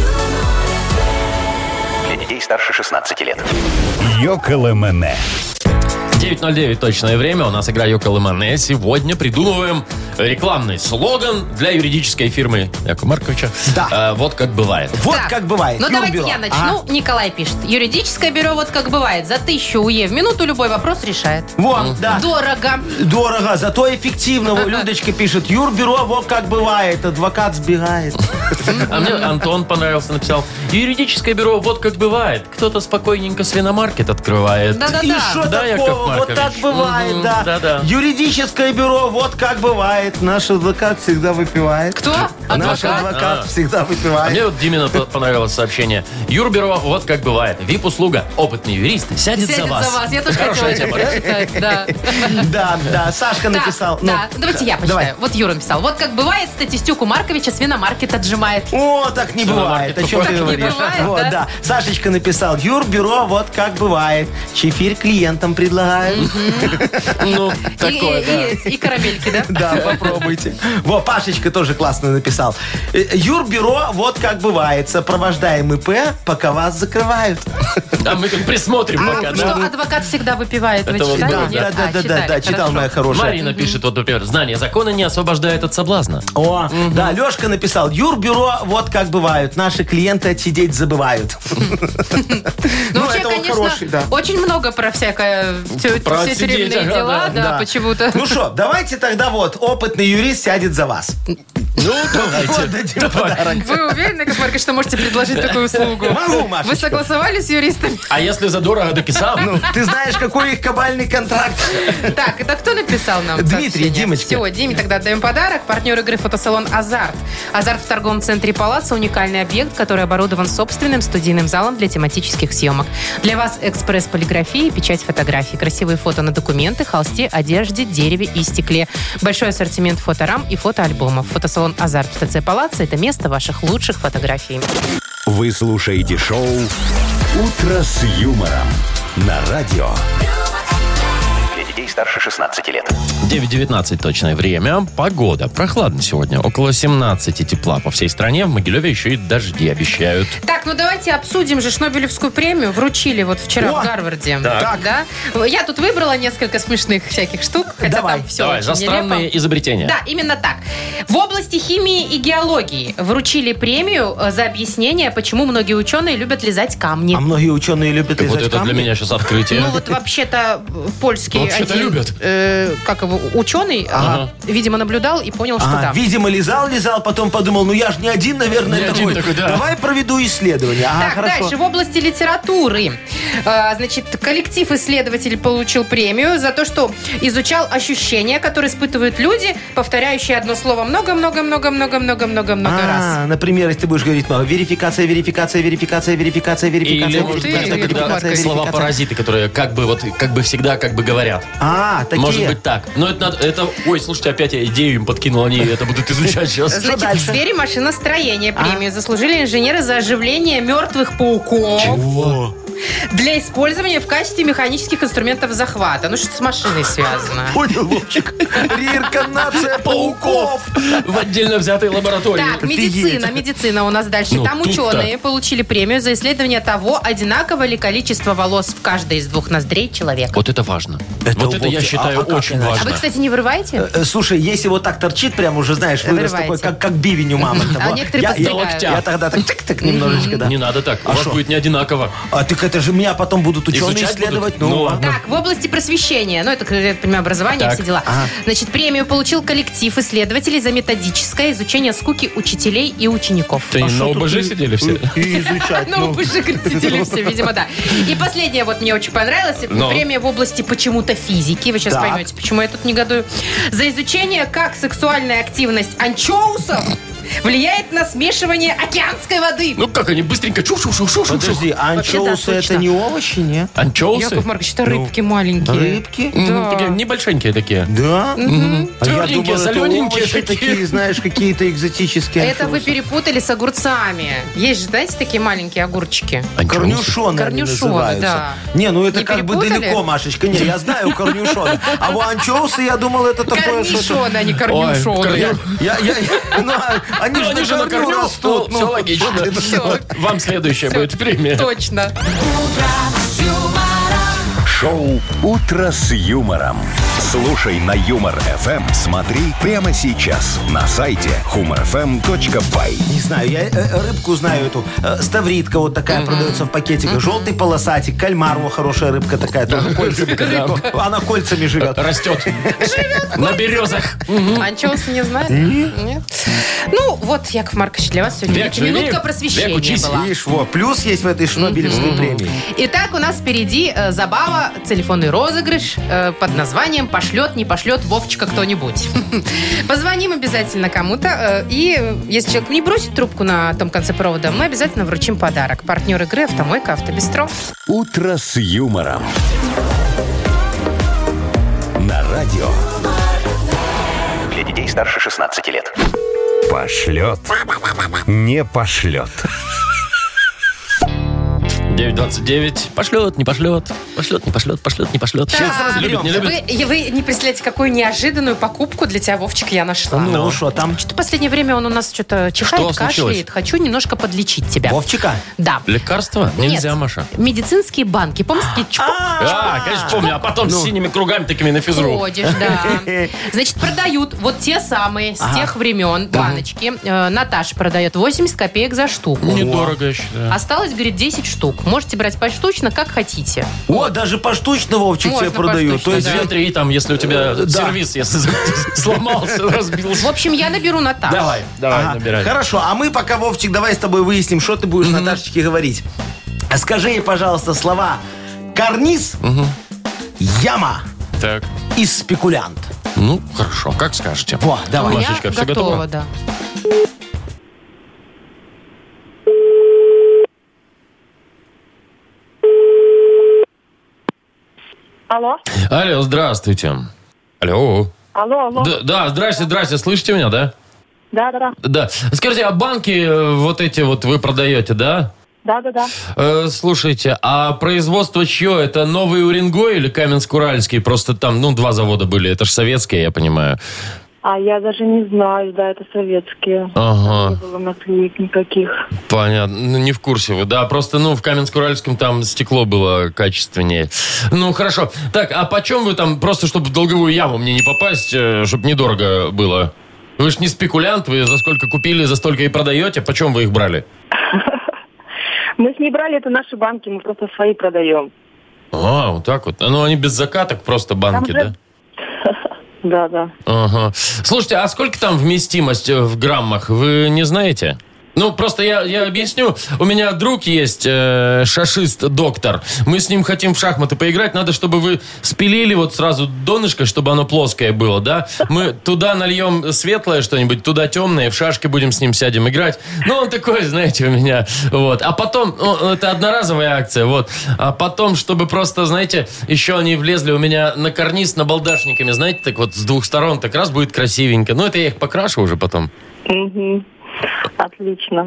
Для детей старше шестнадцати лет. Йокол эм эн э. девять ноль девять точное время. У нас игра Йокол эм эн э. Сегодня придумываем рекламный слоган для юридической фирмы Якова Марковича. Да. Э, вот как бывает. Вот Так, как бывает. Ну, давайте Юрбюро. я начну. Николай пишет. Юридическое бюро, вот как бывает, за тысячу УЕ в минуту любой вопрос решает. А? Вот, да. Дорого. Дорого, зато эффективно. Вот Людочка пишет, юрбюро, вот как бывает, адвокат сбегает. А мне Антон понравился, написал. Юридическое бюро, вот как бывает. Кто-то спокойненько свиномаркет открывает. И Да-да-да. что Да, Яков такого? Вот Маркович. так бывает, Мгм, да. да-да. Юридическое бюро, вот как бывает. Наш адвокат всегда выпивает. Кто? Наш Адвокат? адвокат А. всегда А мне выпивает. вот Димина по- понравилось сообщение. Юрбюро, вот как бывает. вип-услуга. Опытный юрист сядет, Сядет за вас. Я тоже Хорошая хотела тема. это прочитать, да. Да, да, Сашка Да, написал. Ну, да, давайте я давай. почитаю. Вот Юра написал. Вот как бывает, статистику Марковича свиномаркет отжимает. О, так не бывает. О чем Так ты не говоришь? бывает, Вот, да? да. Сашечка написал, юрбюро, вот как бывает. Чефирь клиентам предлагают. Ну, И, такое, и- да. и- и карамельки, да? Да, попробуйте. Во, Пашечка тоже классно написал. Э, Юрбюро, вот как бывает. Сопровождаем ИП, пока вас закрывают. А мы тут присмотрим А, пока, что да. адвокат всегда выпивает. Вы Это вот читали? было, Нет? Да, да, А, да, да, читали, да, читал, хорошо. моя хорошая. Марина пишет, вот, например, знание закона не освобождает от соблазна. О, да, Лешка написал, юрбюро, вот как бывают. Наши клиенты отсидеть забывают. Ну, Ну, вообще, это он конечно, хороший, да. очень много про всякое, тю- Про все отсидеть, тюремные ага, дела, да, да, почему-то. Ну что, давайте тогда вот, опытный юрист сядет за вас. Ну, давайте. Вот дадим подарок. Вы уверены, как Маркович, что можете предложить такую услугу? Могу, Вы Машечка. согласовали с юристами? А если задорого, так и сам. Ну, ты знаешь, какой их кабальный контракт. Так, это кто написал нам Дмитрий, сообщение? Димочка. Все, Диме тогда отдаем подарок. Партнер игры фотосалон «Азарт». «Азарт» в торговом центре «Палаца» – уникальный объект, который оборудован собственным студийным залом для тематических съемок. Для вас экспресс-полиграфия и печать фотографий. Красивые фото на документы, холсте, одежде, дереве и стекле. Большой ассортимент фоторам и фотоальбомов. Фотосалон «Азарт» в ТЦ «Палаца» – это место ваших лучших фотографий. Вы слушаете шоу «Утро с юмором» на радио. Для детей старше шестнадцати лет. девять девятнадцать точное время. Погода. Прохладно сегодня. Около семнадцати тепла по всей стране. В Могилеве еще и дожди обещают. Так, ну давайте обсудим же Шнобелевскую премию. Вручили вот вчера О! в Гарварде. Так. Да? Я тут выбрала несколько смешных всяких штук. Хотя Давай. там все Давай, очень за странные нелепо. изобретения. Да, именно так. В области химии и геологии вручили премию э, за объяснение, почему многие ученые любят лизать камни. А многие ученые любят Вот лизать это камни? для меня сейчас открытие. Ну вот вообще-то польский Вообще-то один, любят. э, как его, ученый, Ага. э, видимо, наблюдал и понял, что Ага, да. видимо, лизал, лизал, потом подумал, ну я же не один, наверное, Не такой. один такой, да. Давай проведу исследование. Ага, Так, хорошо. дальше. В области литературы. Э, значит, коллектив исследователей получил премию за то, что изучал ощущения, которые испытывают люди, повторяющие одно слово много-много-много-много-много-много-много раз. А, например, если ты будешь говорить много, верификация, верификация, верификация, верификация, верификация, Или, может быть, ты, это Яков когда Маркович. слова-паразиты, которые как бы вот, как бы всегда, как бы говорят. А, такие. Может быть так. Но это надо, это, ой, слушайте, опять я идею им подкинул, они это будут изучать сейчас. Значит, дальше? в сфере машиностроения премию заслужили инженеры за оживление мертвых пауков О, для использования в качестве механических инструментов захвата. Ну, что с машиной связано? понял, Вовчик. Реинкарнация пауков. В отдельно взятой лаборатории. Так, медицина, Офигеть. медицина у нас дальше. Ну, Там тут-то. ученые получили премию за исследование того, одинаково ли количество волос в каждой из двух ноздрей человека. Вот это важно. Это вот это, я Вовчик, считаю, а- а как очень иначе? А важно. вы, кстати, не вырываете? Э, Слушай, если вот так торчит, прям уже, знаешь, вырос Вырывайте. такой, как, как бивень у мамы. А некоторые я, я, подстригают. я тогда так тык-тык немножечко, да. Не надо так. У вас шо? будет не одинаково. А так это же меня потом будут ученые Изучать исследовать. будут? Ну, Ну, ладно. Так, в области просвещения, ну, это, я понимаю, образование, Так. все дела. Ага. Значит, премию получил коллектив исследователей за методическое изучение скуки учителей и учеников. Ты А на что тут ОБЖ и- сидели все? И изучать. Ну, вы же сидели все, видимо, да. И последнее вот мне очень понравилось. Но. Премия в области почему-то физики. Вы сейчас Так. поймете, почему я тут негодую. За изучение, как сексуальная активность анчоусов влияет на смешивание океанской воды. Ну как они быстренько чуш-чуш-чуш-чуш. Подожди, а Вообще, анчоусы да, это точно. не овощи, не? Анчоусы? Яков Маркович, это рыбки маленькие. Рыбки? М, Да. Такие небольшенькие такие. Да? А я Тверденькие, думал, это солененькие овощи такие. такие, знаешь, какие-то экзотические Это вы анчоусы. перепутали с огурцами. Есть же, знаете, такие маленькие огурчики? Анчоусы? Корнюшоны они Корнюшоны, называются. да. Не, ну это Не как бы перепутали? далеко, Машечка. Не, я знаю корнюшоны. А вот анчоусы, я думал, это такое что-то... Корнишоны, а не Ой, корнюшоны. корню- Я, я, я- ну, а они Ну, же они на же на корню корню растут. все логично. Всё. Вам следующая Всё. будет премия. Точно. Шоу «Утро с юмором». Слушай на Юмор эф эм. Смотри прямо сейчас на сайте humor f m точка by. Не знаю, я э, рыбку знаю эту. э, Ставритка вот такая продается в пакетиках. Желтый полосатик, кальмар, вот хорошая рыбка такая, тоже кольцами. Она кольцами живет. Растет. На березах. Анчоусы не знали? Нет. Ну, вот, Яков Маркович, для вас сегодня Век живи, минутка век просвещения учись. была. Видишь, вот, плюс есть в этой Шнобелевской премии. Итак, у нас впереди э, забава, телефонный розыгрыш э, под названием «Пошлет, не пошлет Вовчика кто-нибудь». Позвоним обязательно кому-то, э, и э, если человек не бросит трубку на том конце провода, мы обязательно вручим подарок. Партнер игры «Автомойка Автобестро». «Утро с юмором». На радио. Для детей старше шестнадцати лет. Пошлет. Не пошлет. девять двадцать девять. Пошлет, не пошлет. Пошлет, не пошлет, пошлет, не пошлет. Так, Любит, не любит. Вы, вы не представляете, какую неожиданную покупку для тебя, Вовчик, я нашла. Ну, что там? Что-то в последнее время он у нас что-то чихает, Что случилось? кашляет. Хочу немножко подлечить тебя. Вовчика? Да. Лекарства? Нельзя, Нет. Маша. Медицинские банки. Помните, такие чпок, А, конечно, помню. А потом с синими кругами такими на физру. ходишь, да. Значит, продают вот те самые, с тех времен, баночки. Э, Наташа продает восемьдесят копеек за штуку. Недорого, я считаю. Осталось, говорит, десять штук. Можете брать поштучно, как хотите. О, даже поштучно, Вовчик, Можно тебе продают. поштучно, То есть да. Две-три там, если у тебя Да. сервис, если сломался, В разбился. общем, я наберу Наташу. Давай, давай, Ага. набирай. Хорошо, а мы пока, Вовчик, давай с тобой выясним, что ты будешь Наташечке говорить. Скажи ей, пожалуйста, слова «карниз», «яма» Так, и «спекулянт». ну, хорошо, как скажете. Во, У давай. меня Машечка, всё готово, готово? да. Алло, Алло, здравствуйте. Алло. алло, алло. Да, да, здрасте, здрасте, слышите меня, да? Да, да, да. Да. Скажите, а банки э, вот эти вот вы продаете, да? Да-да-да. Э, слушайте, а производство чье? Это Новый Уренгой или Каменск-Уральский? Просто там, ну, два завода были. Это же советские, я понимаю. А я даже не знаю, да, это советские. Ага. Не было наклеек никаких. Понятно. Ну, не в курсе вы, да. Просто, ну, в Каменск-Уральском там стекло было качественнее. Ну, хорошо. Так, а почем вы там, просто чтобы в долговую яму мне не попасть, чтобы недорого было? Вы же не спекулянт, вы за сколько купили, за столько и продаете. Почем вы их брали? Мы с ней брали, это наши банки, мы просто свои продаем. А, вот так вот. Ну, они без закаток, просто банки, Там же- да? Да, да. Ага. Слушайте, а сколько там вместимость в граммах, вы не знаете? Ну, просто я, я объясню. У меня друг есть, э, шашист-доктор. Мы с ним хотим в шахматы поиграть. Надо, чтобы вы спилили вот сразу донышко, чтобы оно плоское было, да? Мы туда нальем светлое что-нибудь, туда темное, в шашки будем с ним сядем играть. Ну, он такой, знаете, у меня. Вот. А потом, ну, это одноразовая акция, вот. А потом, чтобы просто, знаете, еще они влезли у меня на карниз набалдашниками, знаете, так вот с двух сторон, так раз будет красивенько. Ну, это я их покрашу уже потом. Угу. Отлично.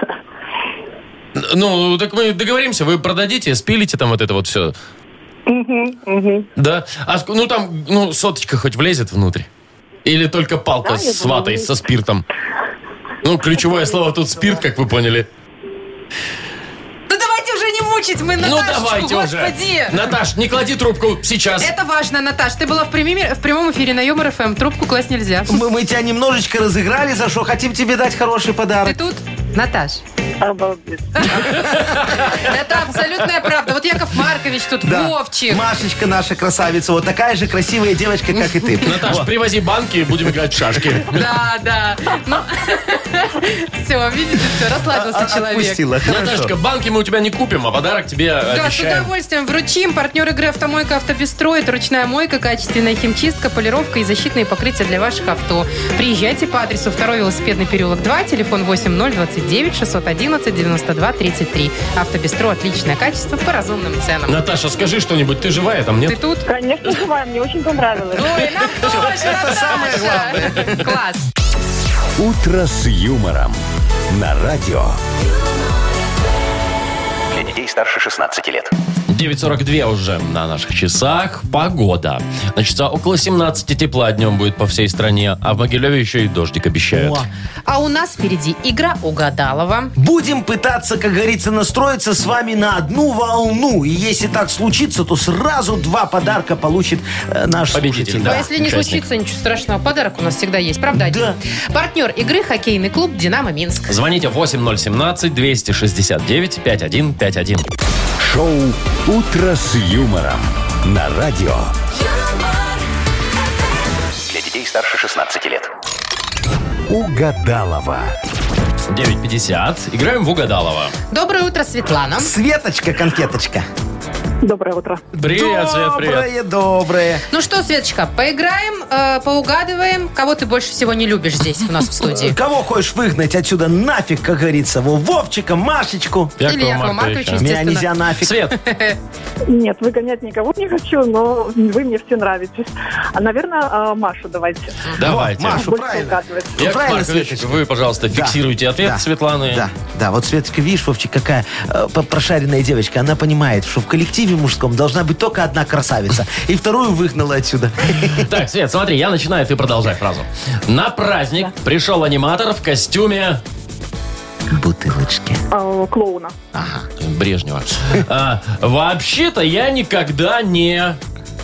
Ну, так мы договоримся, вы продадите, спилите там вот это вот все. Угу, угу. Да? А, ск- ну, там, ну, соточка хоть влезет внутрь? Или только палка Да, я с думаю, ватой, влезет. со спиртом? Ну, ключевое слово тут спирт, как вы поняли. Ну давайте уже не мучить, мы Ну, Наташечку, давайте господи. уже. Наташ, не клади трубку сейчас. Это важно, Наташ. Ты была в, прями- в прямом эфире на Юмор ФМ. Трубку класть нельзя. Мы, мы тебя немножечко разыграли, за что хотим тебе дать хороший Ты подарок. тут? Наташ. Обалдеть. Это абсолютная правда. Вот Яков Маркович тут, Да. Вовчик. Машечка наша красавица, вот такая же красивая девочка, как и ты. Наташ, привози банки, будем играть в шашки. Да, да. Ну, все, видите, все, расслабился А- человек. Отпустила, Наташка, хорошо. банки мы у тебя не купим, а подарок тебе Да, с обещаем. удовольствием вручим. Партнер игры «Автомойка Автобестро». Это ручная мойка, качественная химчистка, полировка и защитные покрытия для ваших авто. Приезжайте по адресу второй велосипедный переулок два, телефон восемь ноль двадцать девять шестьсот одиннадцать девяносто два тридцать три. «Автобестро» – отличное качество по разумным ценам. Наташа, скажи что-нибудь, ты живая там, Ты нет? тут? Конечно, живая, мне очень понравилось. Ой, нам тоже, Наташа. Класс. «Утро с юмором» на радио. Для детей старше шестнадцати лет. девять сорок два уже на наших часах. Погода. Значит, около семнадцати тепла днем будет по всей стране, а в Могилеве еще и дождик обещают. О, А у нас впереди игра «Угадалова». будем пытаться, как говорится, настроиться с вами на одну волну. И если так случится, то сразу два подарка получит э, наш Победитель, слушатель. да. А если не участник. случится, ничего страшного. Подарок у нас всегда есть, правда? Один? Да. Партнер игры «Хоккейный клуб «Динамо Минск». Звоните восемь ноль семнадцать двести шестьдесят девять пятьдесят один пятьдесят один. Шоу «Утро с юмором» на радио. Для детей старше шестнадцати лет. Угадалова. девять пятьдесят. Играем в Угадалова. Доброе утро, Светлана. Светочка, конфеточка. Доброе утро. Привет, Свет, привет. Доброе, доброе. Ну что, Светочка, поиграем, э, поугадываем. Кого ты больше всего не любишь здесь у нас в студии? Кого хочешь выгнать отсюда нафиг, как говорится? Во, Вовчика, Машечку. Или Якова Марковича, Марковича. Меня естественно. нельзя нафиг. Свет, Нет, выгонять никого не хочу, но вы мне все нравитесь. А, наверное, Машу давайте. давайте. Вот, Машу, Больше правильно. угадывать. Ну, Яков правильно, Маркович, Светочка. вы, пожалуйста, Да. фиксируйте ответ Да. Светланы. Да, да, вот Светочка, видишь, Вовчик, какая э, по- прошаренная девочка. Она понимает, что в коллективе мужском должна быть только одна красавица. И вторую выгнала отсюда. Так, Свет, смотри, я начинаю, ты продолжай фразу. На праздник пришел аниматор в костюме Бутылочки. А, клоуна. Брежнева. А, вообще-то я никогда не...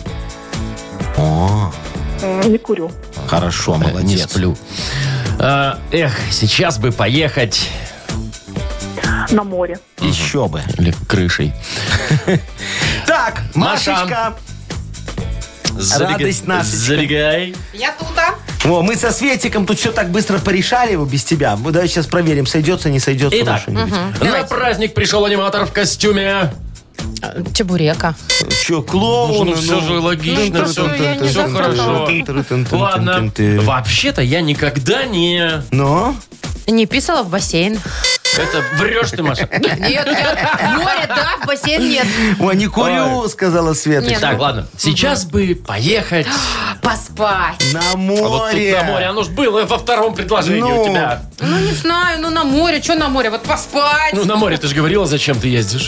О, М, Не курю. хорошо, Не молодец. сплю. А, эх, сейчас бы поехать... На море. Еще бы. Или крышей. Так, Маша. Машечка. Забега- Радость нашечка. Забегай. Я тут, а? О, мы со Светиком тут все так быстро порешали его без тебя. Мы давай сейчас проверим, сойдется, не сойдется. у нас Итак, что-нибудь. на праздник пришел аниматор в костюме... Чебурека. Че, клоун? Ну, все же логично, Ну, все, просто я не все загадала. хорошо. Ладно, вообще-то я никогда не... Ну? Не писала в бассейн. Это врешь ты, Маша. Нет, нет. В море, да, в бассейн нет. Ой, не курю, сказала Светочка. Нет. Так, ладно. Сейчас бы поехать Поспать. На А вот тут море. на море, оно ж было во втором предложении Ну. у тебя. Ну, не знаю, ну на море. Что на море? Вот поспать. Ну, на море ты же говорила, зачем ты ездишь.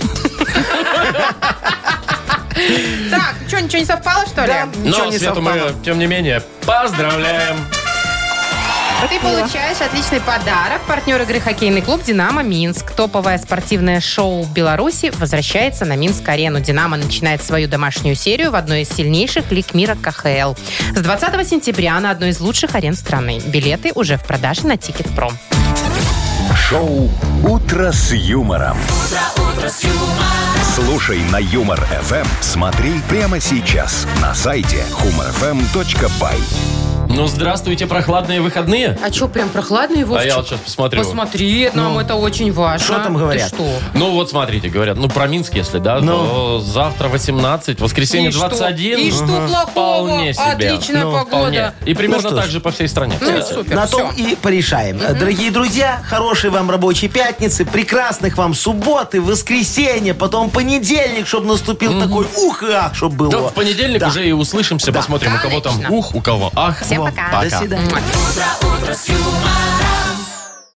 Так, что, ничего не совпало, что ли? Да, ничего Но не Свету совпало. мы, тем не менее, поздравляем. Ты получаешь отличный подарок. Партнер игры хоккейный клуб «Динамо Минск». Топовое спортивное шоу в Беларуси возвращается на Минск-арену. «Динамо» начинает свою домашнюю серию в одной из сильнейших лиг мира ка ха эл. С двадцатого сентября на одной из лучших арен страны. Билеты уже в продаже на Тикет.Пром. Шоу «Утро с юмором». Слушай на Юмор эф эм. Смотри прямо сейчас на сайте humor f m точка by. Ну, здравствуйте, прохладные выходные. А что, прям прохладный, Вовчик? А я вот сейчас посмотрю. Посмотри, нам это очень важно. Что там говорят? Ты что? Ну, вот смотрите, говорят, ну, про Минск, если, да, Ну. то завтра восемнадцать, воскресенье И что? двадцать один. И что плохого? Вполне себе. Отличная Ну, погода. вполне. И примерно Ну, что так ж. же по всей стране. Ну, кстати. супер, На всё. том и порешаем. Дорогие друзья, хорошей вам рабочей пятницы, прекрасных вам субботы, воскресенья, потом понедельник, чтобы наступил такой ух и ах, чтобы было. Да, в понедельник Да. уже и услышимся, посмотрим, у кого там Конечно. ух, у кого ах. Всем Во, пока. До свидания. Муа. Утро, утро с юмором.